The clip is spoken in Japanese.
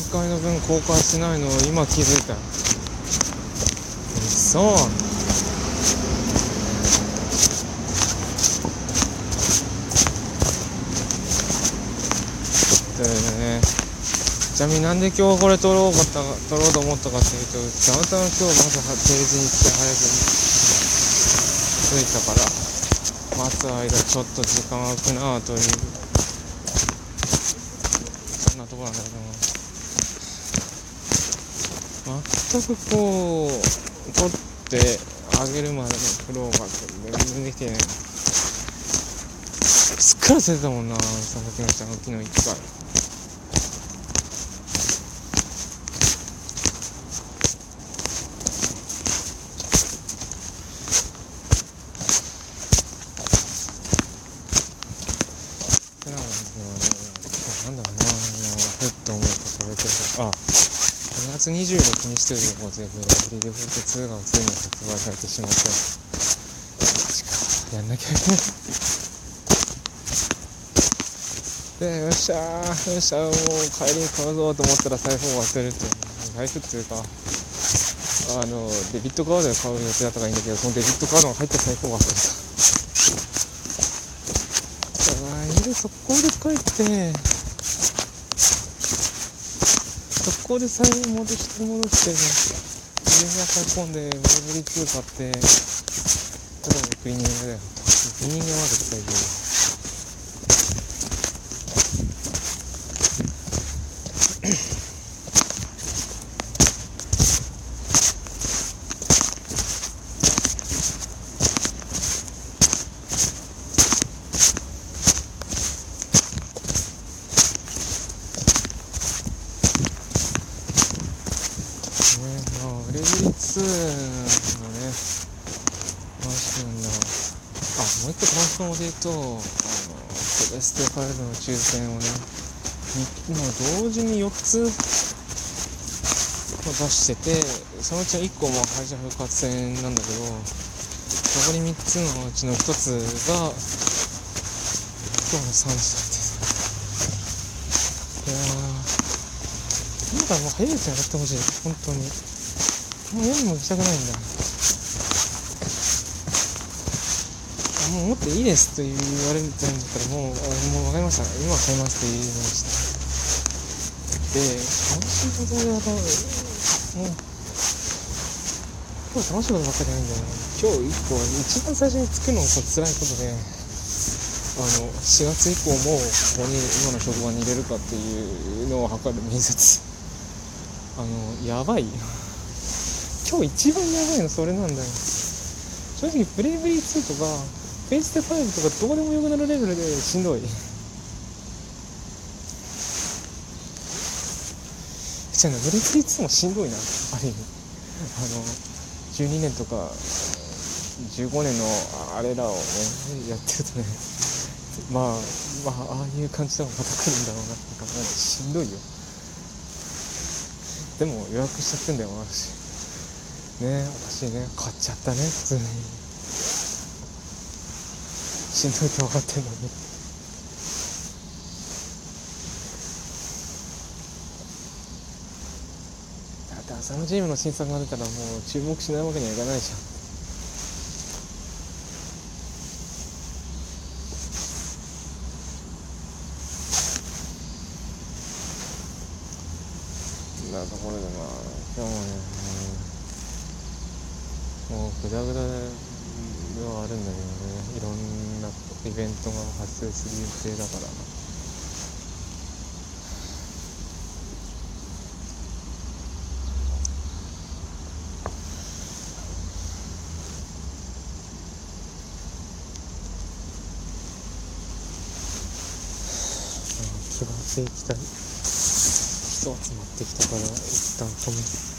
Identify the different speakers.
Speaker 1: 回の分公開してないのを今気づいたよ。そうね。ちなみになんで今日これ撮ろうと思ったかっていうと、たまたま今日まず定時に来て早く着いたから待つ間ちょっと時間空くなという、そんなところなんだけども、全くこう撮ってあげるまでのフローが全然できてない。すっからせてたもんな、佐々木のちゃんが昨日1回。2月26日ということで、ブラジルデフォルト2がついに発売されてしまって、やんなきゃいけないで、よっしゃー、もう帰りに買うぞと思ったら財布を忘れるっていう、財布っていうかデビットカードで買う予定だったからいいんだけど、そのデビットカードが入った財布を忘れた。速攻で帰って速攻で財布戻して自分が買い込んでブレブリ2買って、ただのクリーニングだよ。クリーニングはまず使い切る。ブレブリ2のね、話なんだ。もう一個楽しそうで言うと、プレステ5の抽選をね、今同時に4つ出してて、そのうちの1個も敗者復活戦なんだけど、残り3つのうちの1つが今日の3時だって。なんかもう早いうちにやってほしい、本当に。もう夜も行きたくないんだ。もう持っていいですと言われるんだったら、もう分かりました、今買いますって言いました。で、楽しいことでもう今日楽しいことばっかりないんだよね。今日1個一番最初に作るのが辛いことで、4月以降もここに今の職場に入れるかっていうのを測る面接。やばい今日一番やばいのそれなんだよ。正直ブレイブリー2とかフェイステ5とかどこでもよくなるレベルでしんどい。ブレイブリー2もしんどいな、ある意味。12年とか15年のあれらをねやってるとね、ああいう感じでもまた来るんだろうなって考えてしんどいよ。でも予約しちゃってんだよ私ね。私ね買っちゃったね、普通に。しんどいって分かってんのに。だって朝のチームの新作が出たらもう注目しないわけにはいかないじゃん。なところで今日もね、もうグダグダではあるんだけどね、いろんなイベントが発生する予定だから。気がついた人集まってきたから一旦止め